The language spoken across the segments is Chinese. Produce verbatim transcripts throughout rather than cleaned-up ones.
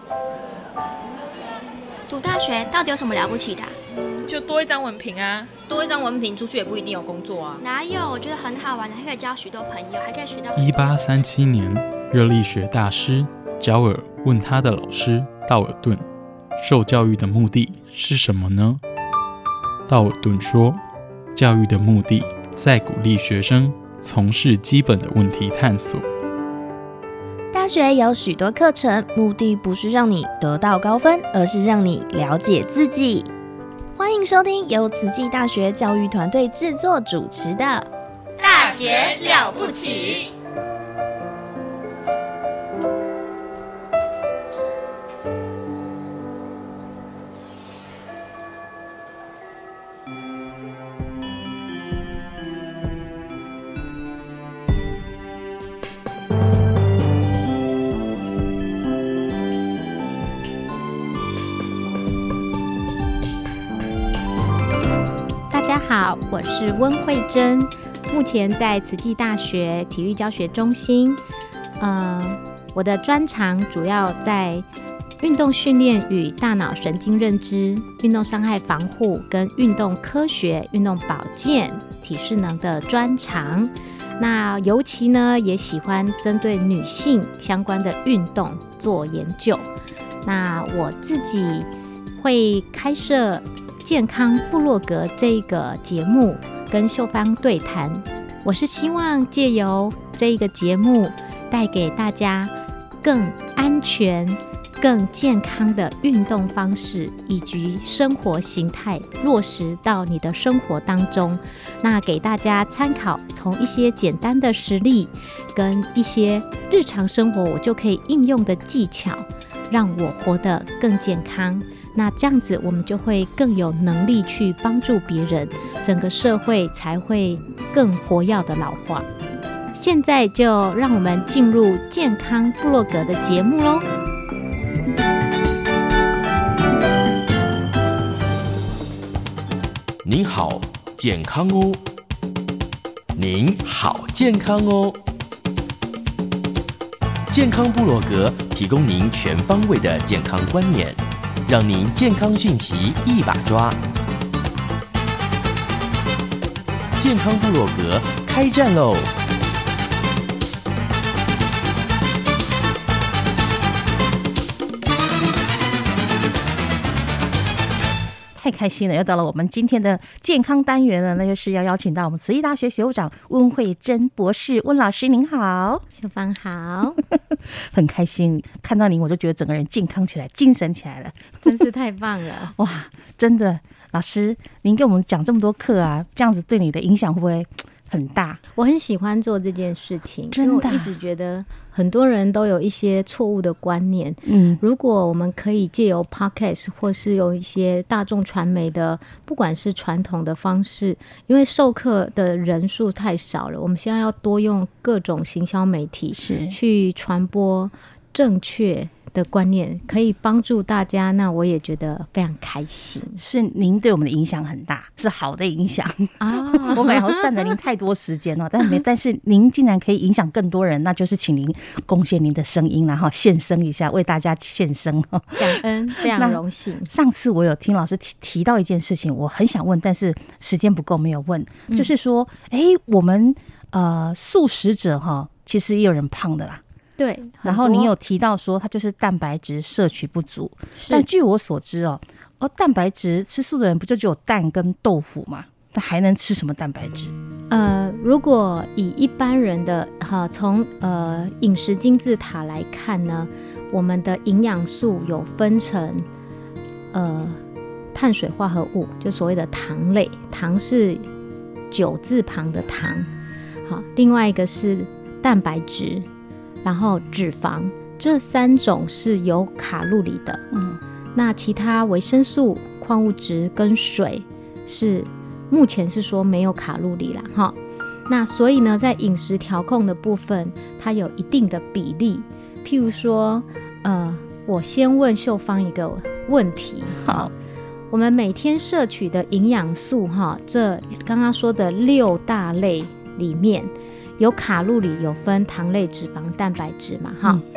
读大学到底有什么了不起的、啊？ 就多一张文凭啊。 多一张文凭出去也不一定有工作啊。 哪有？我觉得很好玩的，还可以交许多朋友，还可以学到。 一八三七年，热力学大师焦耳问他的老师道尔顿，受教育的目的是什么呢？道尔顿说，教育的目的在鼓励学生从事基本的问题探索。 大学有许多课程，目的不是让你得到高分，而是让你了解自己。欢迎收听由慈济大学教育团队制作主持的《 大学了不起》。 大家好，我是温慧珍，目前在慈济大学体育教学中心。呃，我的专长主要在运动训练与大脑神经认知、运动伤害防护跟运动科学、运动保健、体适能的专长。那尤其呢，也喜欢针对女性相关的运动做研究。那我自己会开设健康部落格这个节目跟秀芳对谈，我是希望借由这个节目带给大家更安全更健康的运动方式以及生活形态落实到你的生活当中，那给大家参考，从一些简单的实例跟一些日常生活我就可以应用的技巧，让我活得更健康。那这样子我们就会更有能力去帮助别人，整个社会才会更活跃的老化。现在就让我们进入健康部落格的节目咯。 您好健康哦，您好健康哦。健康部落格提供您全方位的健康观念，让您健康讯息一把抓。健康部落格开战喽！ 太开心了，又到了我们今天的健康单元了，那就是要邀请到我们慈济大学学务长温慧珍博士。温老师您好。 秀芳好。 很开心看到您，我就觉得整个人健康起来，精神起来了， 真是太棒了。 哇，真的，老师您给我们讲这么多课啊，这样子对你的影响会不会很大？ 我很喜欢做这件事情， 真的， 因为我一直觉得很多人都有一些错误的观念。 嗯， 如果我们可以借由 podcast 或是有一些大众传媒的，不管是传统的方式，因为授课的人数太少了，我们现在要多用各种行销媒体去传播正确的观念，可以帮助大家，那我也觉得非常开心。 是您对我们的影响很大，是好的影响啊！我本来好像占了您太多时间哦，但没，但是您竟然可以影响更多人，那就是请您贡献您的声音，然后献声一下，为大家献声哦。 感恩，非常荣幸。 上次我有听老师 提, 提到一件事情，我很想问，但是时间不够没有问，嗯、就是说，哎，我们呃素食者哈，其实也有人胖的啦。 对， 然后你有提到说它就是蛋白质摄取不足，但据我所知哦，哦，蛋白质吃素的人不就只有蛋跟豆腐吗？那还能吃什么蛋白质？ 呃，如果以一般人的哈，从呃饮食金字塔来看呢，我们的营养素有分成呃碳水化合物，就所谓的糖类，糖是九字旁的糖，好，另外一个是蛋白质。然后脂肪，这三种是有卡路里的，嗯，那其他维生素、矿物质跟水是目前是说没有卡路里啦，哈。那所以呢，在饮食调控的部分，它有一定的比例。譬如说，呃，我先问秀芳一个问题，好，我们每天摄取的营养素，哈，这刚刚说的六大类里面。有卡路里，有分糖类、脂肪、蛋白质嘛，哈、嗯。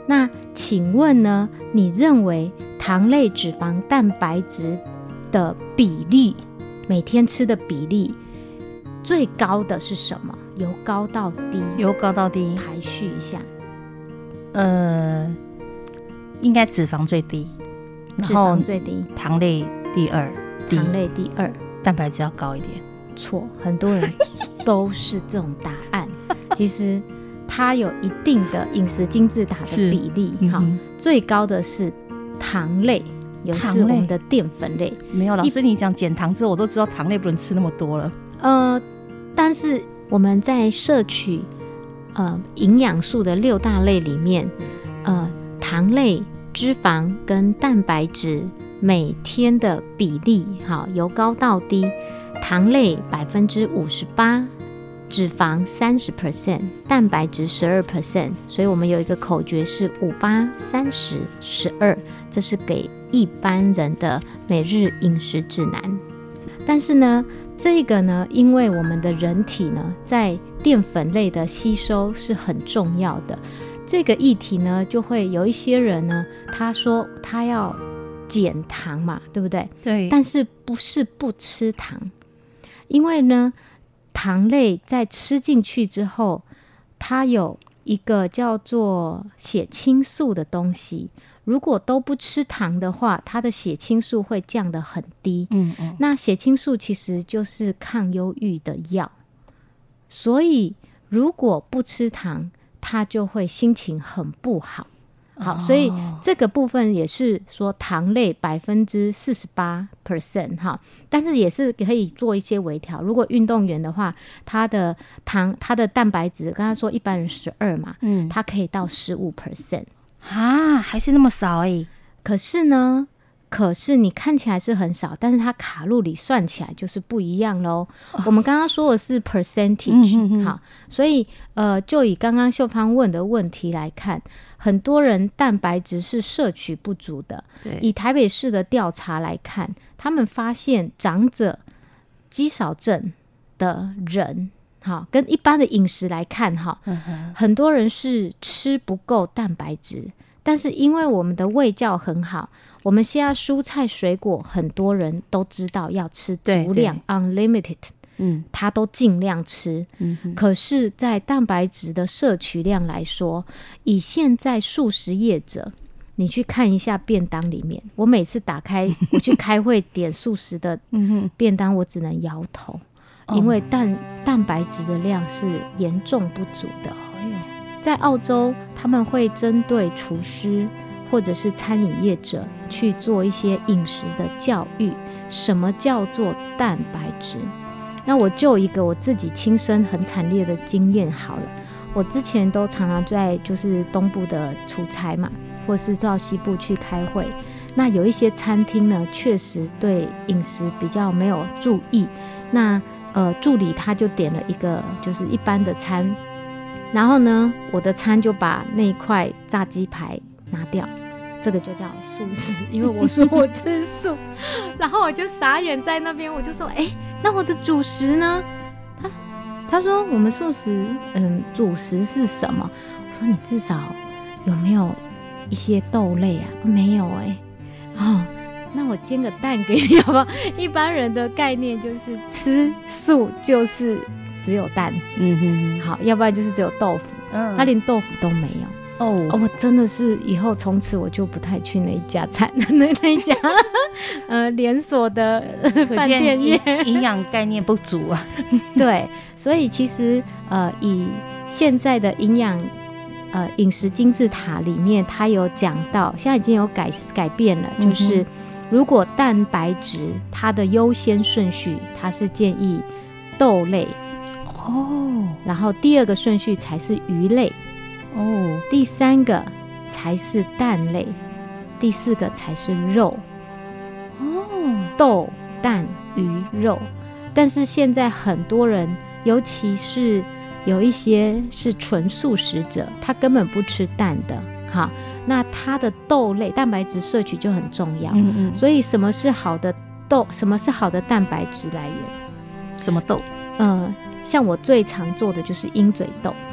那请问呢，你认为糖类、脂肪、蛋白质的比例，每天吃的比例最高的是什么？由高到低， 由高到低排序一下。 呃，应该脂肪最低， 脂肪最低， 糖类第二， 糖类第二， 蛋白质要高一点。 错，很多人都是这种答案。其实它有一定的饮食金字塔的比例，哈、嗯，最高的是糖类，也是我们的淀粉类。 没有，老师你讲减糖之后，我都知道糖类不能吃那么多了。 呃，但是我们在摄取呃营养素的六大类里面，呃，糖类、脂肪跟蛋白质每天的比例，好，由高到低，糖类百分之五十八。脂肪三十 percent， 蛋白质十二 percent， 所以我们有一个口诀是五八三十十二，这是给一般人的每日饮食指南。但是呢，这个呢，因为我们的人体呢，在淀粉类的吸收是很重要的，这个议题呢，就会有一些人呢，他说他要减糖嘛，对不对？ 对。 但是不是不吃糖，因为呢，糖类在吃进去之后，它有一个叫做血清素的东西，如果都不吃糖的话，它的血清素会降得很低。嗯嗯，那血清素其实就是抗忧郁的药，所以如果不吃糖，它就会心情很不好。好，所以这个部分也是说糖类百分之四十八 percent 哈，但是也是可以做一些微调。如果运动员的话，他的糖、他的蛋白质，刚才说一般人十二嘛，嗯，他可以到十五 percent 啊，还是那么少哎、欸。 可是呢，可是你看起来是很少，但是它卡路里算起来就是不一样喽。哦、我们刚刚说的是 percentage，、嗯、哼哼好，所以呃，就以刚刚秀芳问的问题来看。很多人蛋白质是摄取不足的。以台北市的调查来看，他们发现长者、肌少症的人，好，跟一般的饮食来看，哈、嗯，很多人是吃不够蛋白质，但是因为我们的卫教很好，我们现在蔬菜水果很多人都知道要吃足量 unlimited。嗯，他都尽量吃、嗯、可是在蛋白质的摄取量来说，以现在素食业者，你去看一下便当里面，我每次打开我去开会点素食的便当我只能摇头、嗯、因为 蛋, 蛋白质的量是严重不足的。在澳洲他们会针对厨师或者是餐饮业者去做一些饮食的教育，什么叫做蛋白质。那我就一个我自己亲身很惨烈的经验好了，我之前都常常在就是东部的出差嘛，或是到西部去开会，那有一些餐厅呢确实对饮食比较没有注意，那呃助理他就点了一个就是一般的餐，然后呢我的餐就把那一块炸鸡排拿掉，这个就叫素食，因为我说我吃素然后我就傻眼在那边，我就说哎、欸，那我的主食呢？他说他说我们素食嗯，主食是什么？我说你至少有没有一些豆类啊？没有哎、欸、哦，那我煎个蛋给你好不好？一般人的概念就是吃素就是只有蛋，嗯哼，好，要不然就是只有豆腐，嗯，他连豆腐都没有。哦，我真的是以后从此我就不太去那一家餐那那一家呃连锁的饭店业， 营养概念不足啊。 对，所以其实呃以现在的营养呃饮食金字塔里面，它有讲到，现在已经有改改变了，就是如果蛋白质它的优先顺序，它是建议豆类哦，然后第二个顺序才是鱼类。哦，第三个才是蛋类，第四个才是肉。哦，豆、蛋、鱼、肉。但是现在很多人，尤其是有一些是纯素食者，他根本不吃蛋的，好，那他的豆类蛋白质摄取就很重要。嗯嗯。所以什么是好的豆？什么是好的蛋白质来源？ 什么豆？ 呃，像我最常做的就是鹰嘴豆。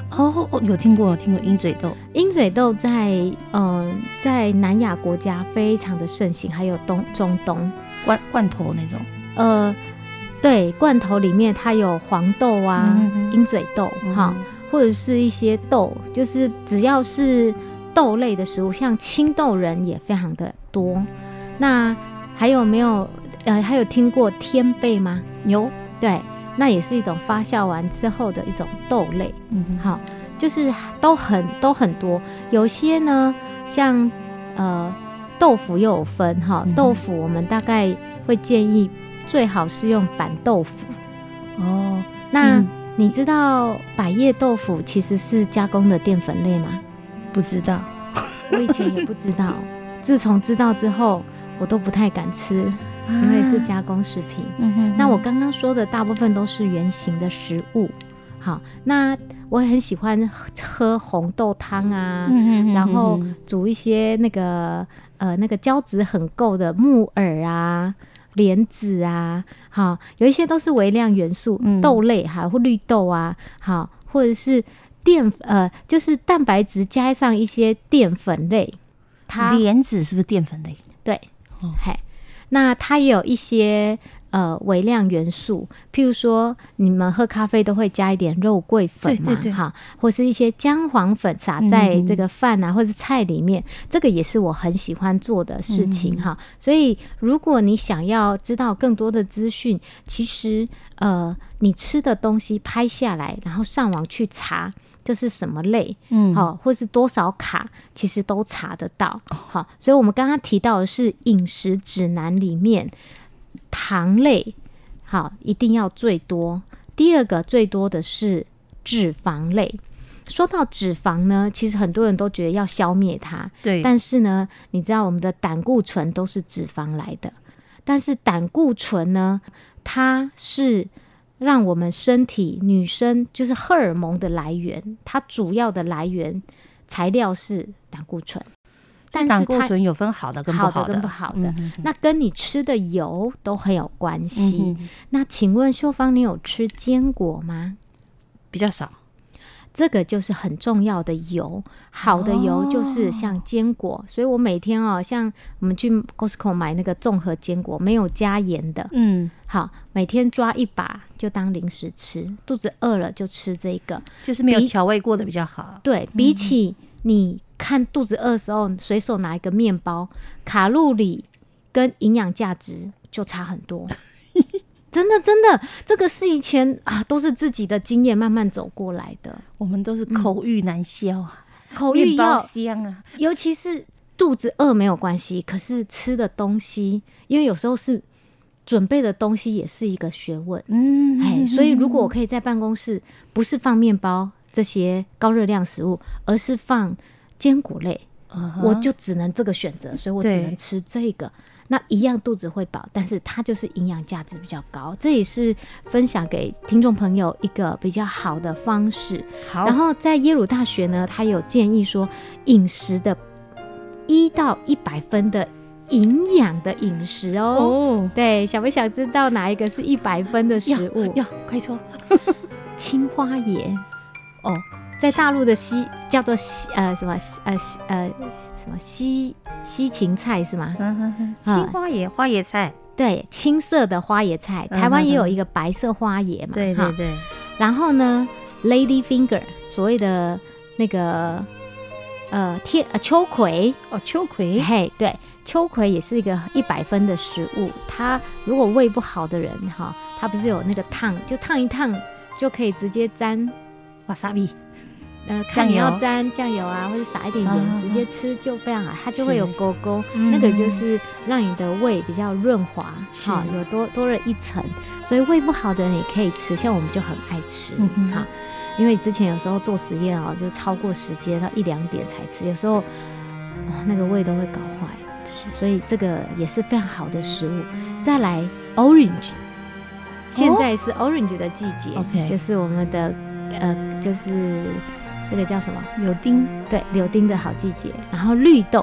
哦哦，有听过，有听过鹰嘴豆。 鹰嘴豆在嗯、呃、在南亚国家非常的盛行，还有东中东罐罐头那种。 呃，对，罐头里面它有黄豆啊、嗯、鹰嘴豆哈、嗯，或者是一些豆，就是只要是豆类的食物，像青豆仁也非常的多。那还有没有呃还有听过天贝吗？ 有， 对。那也是一种发酵完之后的一种豆类，嗯，好，就是都很都很多。有些呢，像呃豆腐又有分哈、嗯，豆腐我们大概会建议最好是用板豆腐。哦，那、嗯、你知道百叶豆腐其实是加工的淀粉类吗？ 不知道，我以前也不知道，自从知道之后，我都不太敢吃。因为是加工食品、嗯、哼哼，那我刚刚说的大部分都是原型的食物。好，那我很喜欢喝红豆汤啊、嗯、哼哼哼，然后煮一些那个呃那个胶质很够的木耳啊、莲子啊，好，有一些都是微量元素、嗯、豆类哈，或绿豆啊，好，或者是淀呃就是蛋白质加上一些淀粉类。它莲子是不是淀粉类？ 对，哦，嘿。那它也有一些呃微量元素，譬如说你们喝咖啡都会加一点肉桂粉嘛，对对对，哈，或是一些姜黄粉撒在这个饭啊、嗯、或是菜里面，这个也是我很喜欢做的事情、嗯、哈。所以如果你想要知道更多的资讯，其实呃你吃的东西拍下来，然后上网去查。这是什么类，嗯，好，或是多少卡，其实都查得到，好，所以我们刚刚提到的是饮食指南里面糖类，好，一定要最多。第二个最多的是脂肪类。说到脂肪呢，其实很多人都觉得要消灭它，对，但是呢，你知道我们的胆固醇都是脂肪来的，但是胆固醇呢，它是让我们身体女生就是荷尔蒙的来源，它主要的来源材料是胆固醇， 但是胆固醇有分好的跟不好的， 好的跟不好的、嗯哼哼，那跟你吃的油都很有关系、嗯。那请问秀芳，你有吃坚果吗？ 比较少。 这个就是很重要的油，好的油就是像坚果，哦、所以我每天哦，像我们去 Costco 买那个综合坚果，没有加盐的，嗯，好，每天抓一把就当零食吃，肚子饿了就吃这个， 就是没有调味过的比较好。 对，比起你看肚子饿的时候随手拿一个面包，卡路里跟营养价值就差很多。真的真的，这个是以前啊，都是自己的经验慢慢走过来的。 我们都是口欲难消啊， 嗯、口欲要香啊， 尤其是肚子饿没有关系，可是吃的东西，因为有时候是准备的东西也是一个学问。嗯，哎，所以如果我可以在办公室，不是放面包这些高热量食物，而是放坚果类， uh-huh. 我就只能这个选择，所以我只能吃这个。那一样肚子会饱，但是它就是营养价值比较高，这也是分享给听众朋友一个比较好的方式。好，然后在耶鲁大学呢，他有建议说，饮食的一到一百分的营养的饮食哦。哦，对，想不想知道哪一个是一百分的食物？ 要，可以说青花椰哦。在大陆的西叫做西呃什么呃呃什么西西芹菜是吗？ 嗯哼哼，青花椰花椰菜， 对，青色的花椰菜，台湾也有一个白色花椰嘛， 对对对。 然后呢 ，lady finger 所谓的那个呃天呃秋葵哦，秋葵， 嘿，对，秋葵也是一个一百分的食物。它如果胃不好的人哈，它不是有那个烫，就烫一烫就可以直接沾瓦萨比。 呃，看你要沾酱油啊，或者撒一点盐、啊，直接吃就非常好，它就会有勾勾，那个就是让你的胃比较润滑，好，有多多了一层，所以胃不好的人也可以吃，像我们就很爱吃，好、嗯，因为之前有时候做实验哦，就超过时间到一两点才吃，有时候、哦、那个胃都会搞坏，所以这个也是非常好的食物。再来 orange， 现在是 orange 的季节，哦、就是我们的呃，就是。这个叫什么？ 柳丁， 对，柳丁的好季节。然后绿豆，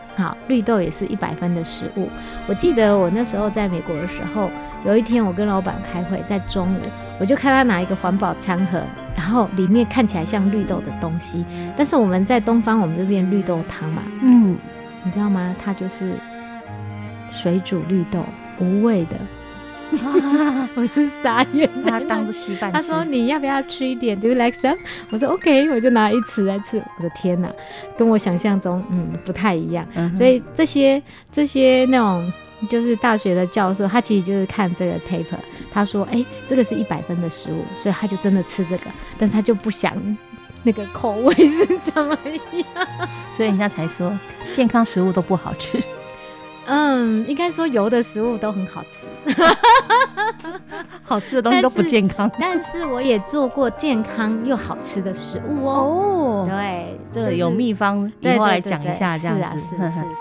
好，绿豆也是一百分的食物。我记得我那时候在美国的时候，有一天我跟老板开会，在中午我就看他拿一个环保餐盒，然后里面看起来像绿豆的东西，但是我们在东方我们这边绿豆汤嘛，嗯，你知道吗？它就是水煮绿豆，无味的。啊、我就傻眼， 他当做稀饭吃。 他说你要不要吃一点 ？Do you like some？ 我说 OK， 我就拿一匙来吃。我的天哪，跟我想象中嗯不太一样。嗯、所以这些这些那种就是大学的教授，他其实就是看这个 paper， 他说哎、欸、这个是一百分的食物，所以他就真的吃这个，但他就不想那个口味是怎么样， 所以人家才说健康食物都不好吃。 嗯，应该说油的食物都很好吃， 好吃的东西都不健康。 但是我也做过健康又好吃的食物哦。哦，对， 这个有秘方，以后来讲一下，这样子。 是啊，是是。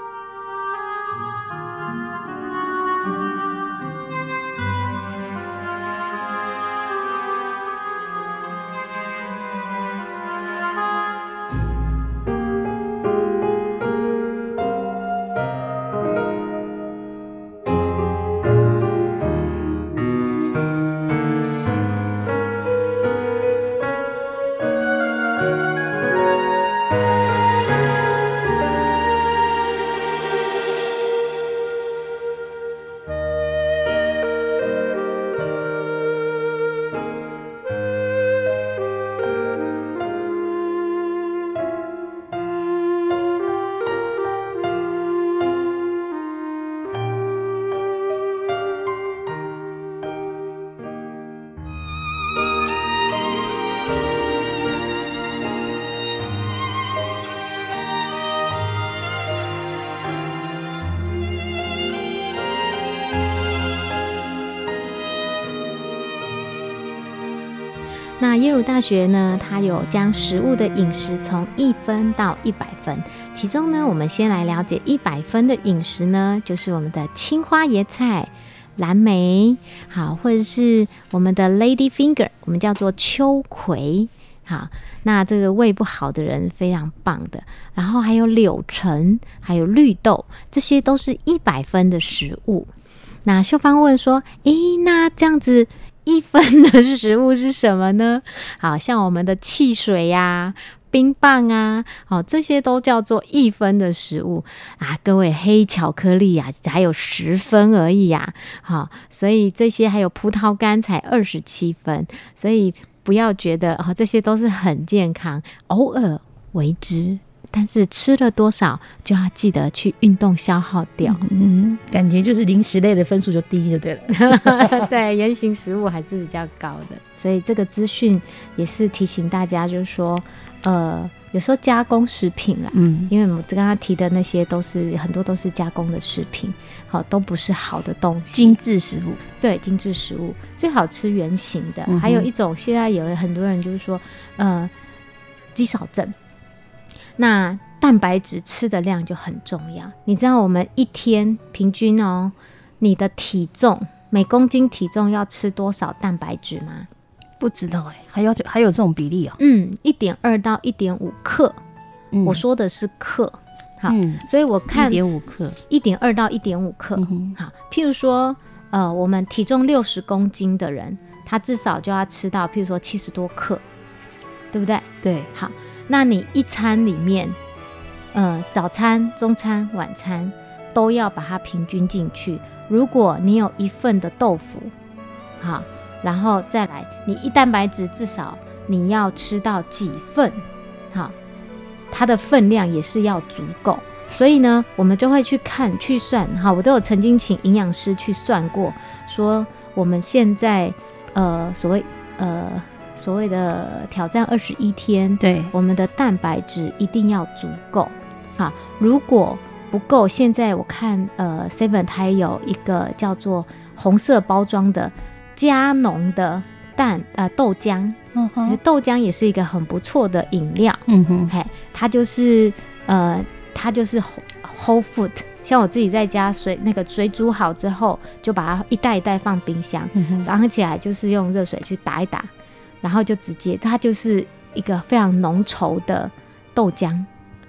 那耶鲁大学呢，它有将食物的饮食从一分到一百分，其中呢，我们先来了解一百分的饮食呢，就是我们的青花椰菜、蓝莓，好，或者是我们的 lady finger， 我们叫做秋葵，好，那这个胃不好的人非常棒的，然后还有柳橙，还有绿豆，这些都是一百分的食物。那秀芳问说，诶，那这样子一分的食物是什么呢？好像我们的汽水呀、啊、冰棒啊，哦，这些都叫做一分的食物啊。各位，黑巧克力啊，还有十分而已啊。好，所以这些还有葡萄干才二十七分，所以不要觉得哦，这些都是很健康，偶尔为之。但是吃了多少就要记得去运动消耗掉。 嗯，感觉就是零食类的分数就低就对了。 对，原型食物还是比较高的，所以这个资讯也是提醒大家，就是说，呃，有时候加工食品啦，嗯，因为我们刚刚提的那些都是很多都是加工的食品，好，都不是好的东西。 精致食物， 对，精致食物最好吃原型的。嗯、还有一种，现在有很多人就是说，呃，肌少症。那蛋白质吃的量就很重要，你知道我们一天平均哦，你的体重每公斤体重要吃多少蛋白质吗？ 不知道哎、欸，还有还有这种比例哦。 嗯，一点二到一点五克、嗯，我说的是克，好，嗯、所以我看一点五克， 一点二到一点五克、嗯，好，譬如说，呃，我们体重六十公斤的人，他至少就要吃到，譬如说七十多克，对不对？ 对， 好。那你一餐里面，呃，早餐、中餐、晚餐都要把它平均进去。如果你有一份的豆腐，好，然后再来，你一蛋白质至少你要吃到几份，好，它的分量也是要足够。所以呢，我们就会去看、去算，好，我都有曾经请营养师去算过，说我们现在呃所谓呃。所谓的挑战二十一天， 对， 我们的蛋白质一定要足够啊！如果不够，现在我看呃 Seven 它有一个叫做红色包装的加浓的蛋呃豆浆，嗯哼，其实豆浆也是一个很不错的饮料，嗯哼，嘿，它就是呃它就是 whole food。像我自己在家水那个水煮好之后，就把它一袋一袋放冰箱，嗯、早上起来就是用热水去打一打。然后就直接，它就是一个非常浓稠的豆浆，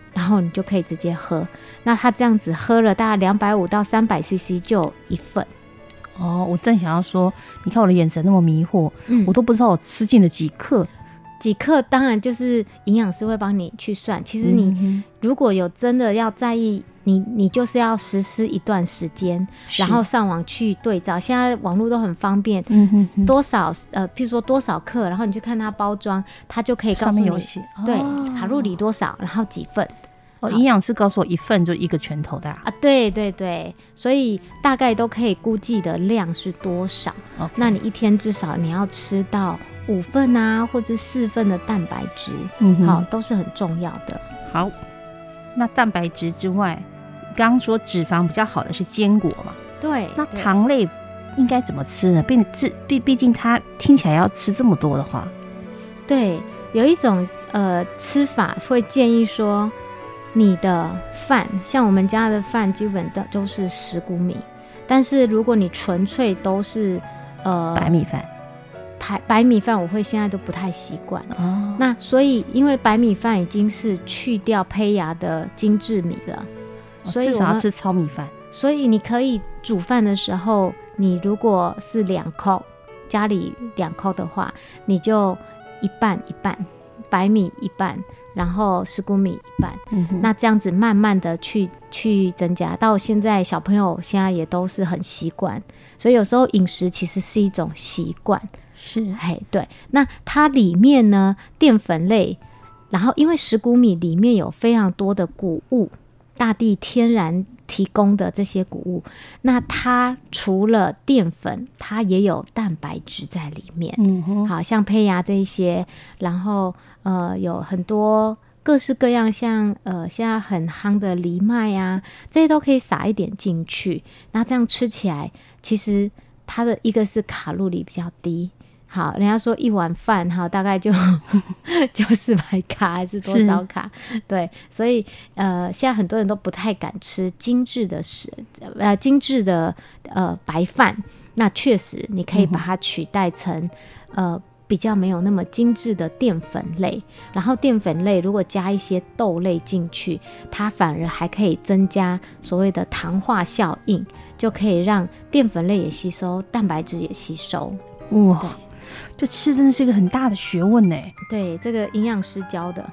然后你就可以直接喝。那他这样子喝了大概两百五到三百 C C 就有一份。 哦，我正想要说，你看我的眼神那么迷惑， 嗯， 我都不知道我吃进了几克。 几克当然就是营养师会帮你去算。其实你如果有真的要在意，你你就是要实施一段时间，然后上网去对照。现在网络都很方便，嗯、多少呃，譬如说多少克，然后你去看它包装，它就可以告诉你， 上面有写， 对， 哦， 卡路里多少，然后几份。 哦，营养师告诉我一份就一个拳头大啊，对对对，所以大概都可以估计的量是多少。Okay. 那你一天至少你要吃到五份啊，或者四份的蛋白质，嗯，好，都是很重要的。 好，那蛋白质之外，刚刚说脂肪比较好的是坚果嘛？ 对。 那糖类应该怎么吃呢？毕毕毕竟它听起来要吃这么多的话， 对，有一种呃吃法会建议说，你的饭，像我们家的饭基本都都是十谷米，但是如果你纯粹都是呃白米饭， 白白米饭我会现在都不太习惯哦。那所以因为白米饭已经是去掉胚芽的精致米了， 哦， 所以我至少要吃糙米饭。 所以你可以煮饭的时候，你如果是两口，家里两口的话，你就一半一半，白米一半，然后十谷米一半，嗯，那这样子慢慢的去去增加，到现在小朋友现在也都是很习惯，所以有时候饮食其实是一种习惯， 是， 嘿，对。那它里面呢，淀粉类，然后因为十谷米里面有非常多的谷物，大地天然提供的这些谷物，那它除了淀粉，它也有蛋白质在里面，嗯哼，好像胚芽这一些，然后呃有很多各式各样，像呃现在很夯的藜麦啊，这些都可以撒一点进去，那这样吃起来，其实它的一个是卡路里比较低。好，人家说一碗饭哈，大概就就四百卡还是多少卡？对，所以呃，现在很多人都不太敢吃精致的食呃精致的呃白饭。那确实，你可以把它取代成、嗯、呃比较没有那么精致的淀粉类。然后淀粉类如果加一些豆类进去，它反而还可以增加所谓的糖化效应，就可以让淀粉类也吸收，蛋白质也吸收。 哇！这吃真的是一个很大的学问呢。 对，这个营养师教的。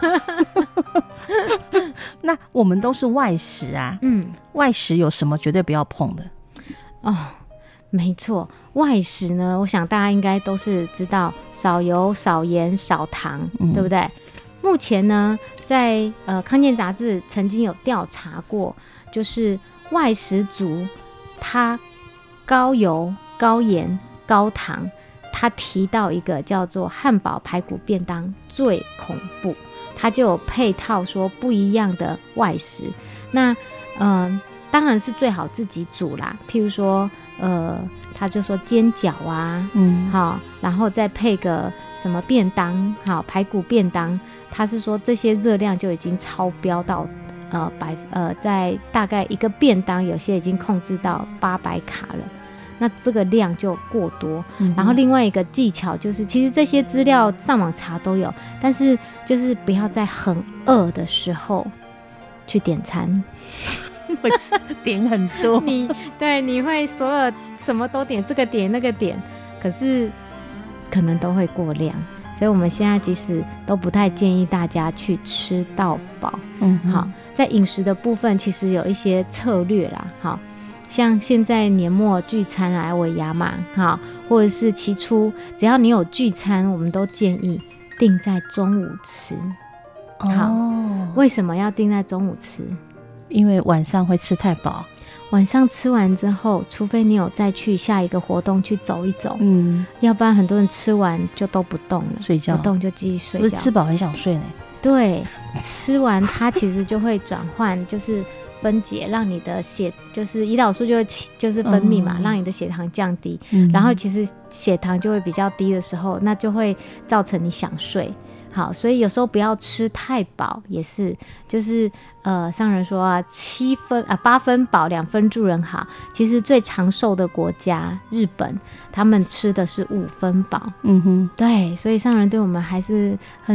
那我们都是外食啊，嗯，外食有什么绝对不要碰的？ 哦，没错，外食呢，我想大家应该都是知道，少油、少盐、少糖，嗯、对不对？目前呢，在呃康健杂志曾经有调查过，就是外食族他高油、高盐、高糖。他提到一个叫做汉堡排骨便当最恐怖，他就有配套说不一样的外食。那嗯、呃，当然是最好自己煮啦。譬如说，呃，他就说煎饺啊，嗯，好，然后再配个什么便当，好，排骨便当。他是说这些热量就已经超标到呃百呃，在大概一个便当，有些已经控制到八百卡了。那这个量就过多，嗯、然后另外一个技巧就是，其实这些资料上网查都有，但是就是不要在很饿的时候去点餐， 会点很多。 你对，你会所有什么都点，这个点那个点，可是可能都会过量，所以我们现在其实都不太建议大家去吃到饱。嗯，好，在饮食的部分其实有一些策略啦，好。像现在年末聚餐来尾牙嘛，好，或者是期初，只要你有聚餐，我们都建议定在中午吃。好，哦、为什么要定在中午吃？ 因为晚上会吃太饱。 晚上吃完之后，除非你有再去下一个活动去走一走，嗯，要不然很多人吃完就都不动了， 睡觉， 不动就继续睡觉。 不是吃饱很想睡呢？ 对，吃完它其实就会转换，就是分解，让你的血就是胰岛素就会就是分泌嘛，嗯、让你的血糖降低，嗯、然后其实血糖就会比较低的时候，那就会造成你想睡。好，所以有时候不要吃太饱，也是就是呃，上人说啊，七分啊八分饱，两分助人好。其实最长寿的国家日本，他们吃的是五分饱。嗯哼，对，所以上人对我们还是很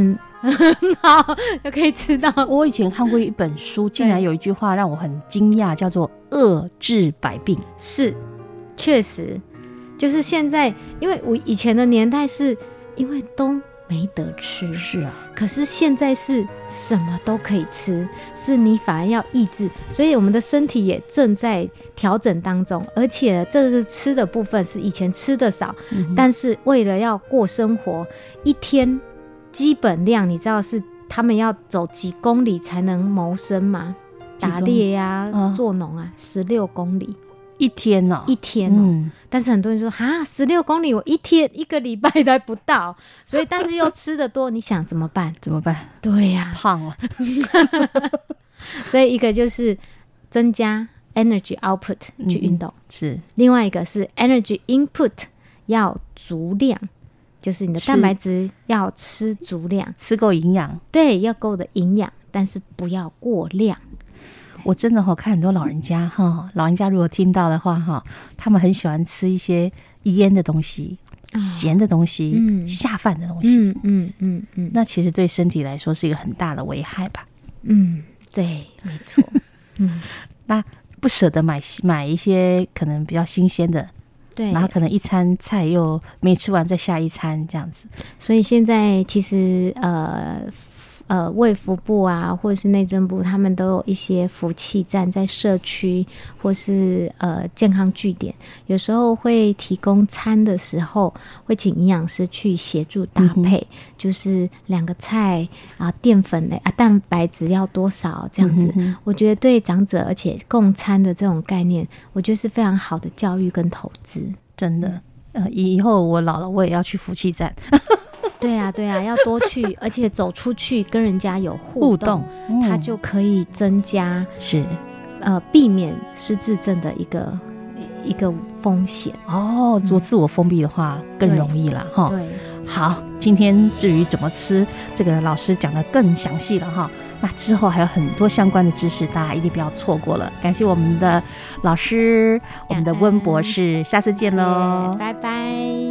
很好，就可以吃到。 我以前看过一本书，竟然有一句话让我很惊讶，叫做“恶治百病”。 是，确实，就是现在，因为我以前的年代是因为都没得吃， 是啊， 可是现在是什么都可以吃，是你反而要抑制，所以我们的身体也正在调整当中，而且这个吃的部分是以前吃的少，嗯、但是为了要过生活，一天基本量你知道是他们要走几公里才能谋生吗？打猎呀、啊、做农啊，十六公里。 一天哦， 一天哦、嗯，但是很多人说哈，十六公里我一天一个礼拜还不到，所以但是又吃得多，你想怎么办？ 怎么办？ 对呀、啊， 胖了。 所以一个就是增加 energy output 去运动、嗯， 是； 另外一个是 energy input 要足量，就是你的蛋白质要吃足量， 吃够营养， 对，要够的营养，但是不要过量。 我真的哈、哦、看很多老人家哈，老人家如果听到的话哈，他们很喜欢吃一些腌的东西、哦、咸的东西、嗯、下饭的东西， 嗯嗯嗯嗯， 那其实对身体来说是一个很大的危害吧？ 嗯，对，没错。嗯， 那不舍得买买一些可能比较新鲜的， 对， 然后可能一餐菜又没吃完，再下一餐这样子。 所以现在其实呃。呃，卫福部啊，或者是内政部，他们都有一些福气站在社区，或是呃健康据点，有时候会提供餐的时候，会请营养师去协助搭配，嗯、就是两个菜啊，淀粉类啊，蛋白质要多少这样子。嗯、我觉得对长者，而且共餐的这种概念，我觉得是非常好的教育跟投资， 真的。呃，以后我老了，我也要去福气站。 对啊，对啊，要多去，而且走出去跟人家有互动，互动嗯、它就可以增加是呃避免失智症的一个一个风险。 哦，做自我封闭的话、嗯、更容易了哈。 对， 好，今天至于怎么吃，这个老师讲得更详细了哈。那之后还有很多相关的知识，大家一定不要错过了。感谢我们的老师，我们的温博士，下次见喽， 拜拜。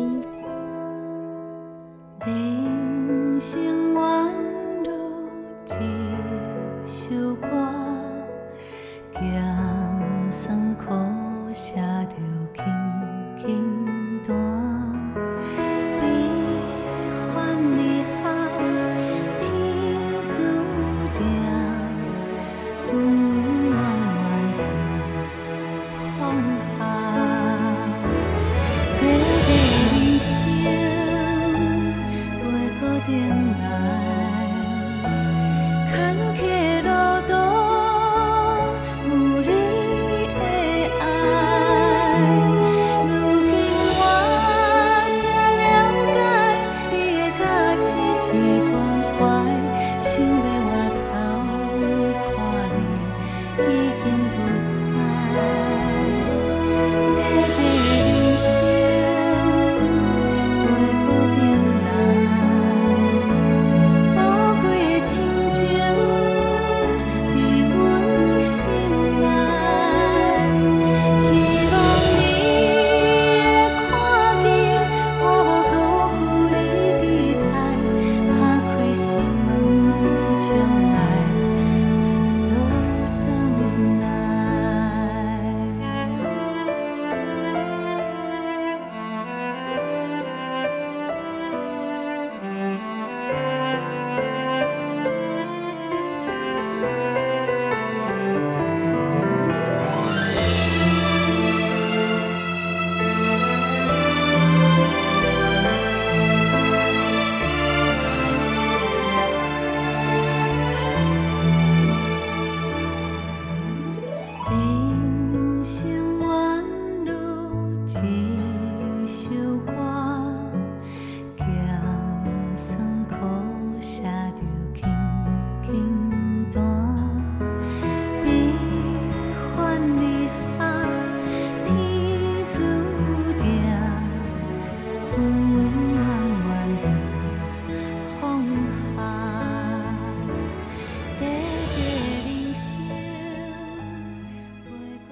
人生原路一首歌，咸酸苦涩着轻轻弹。悲欢离合，天注定，温温暖暖着放下。短短人生。定来，坎坷路途有你的爱。如今我才了解，你的假使是关怀。想要回头看你，已经不在。短短人生，袂固定来。你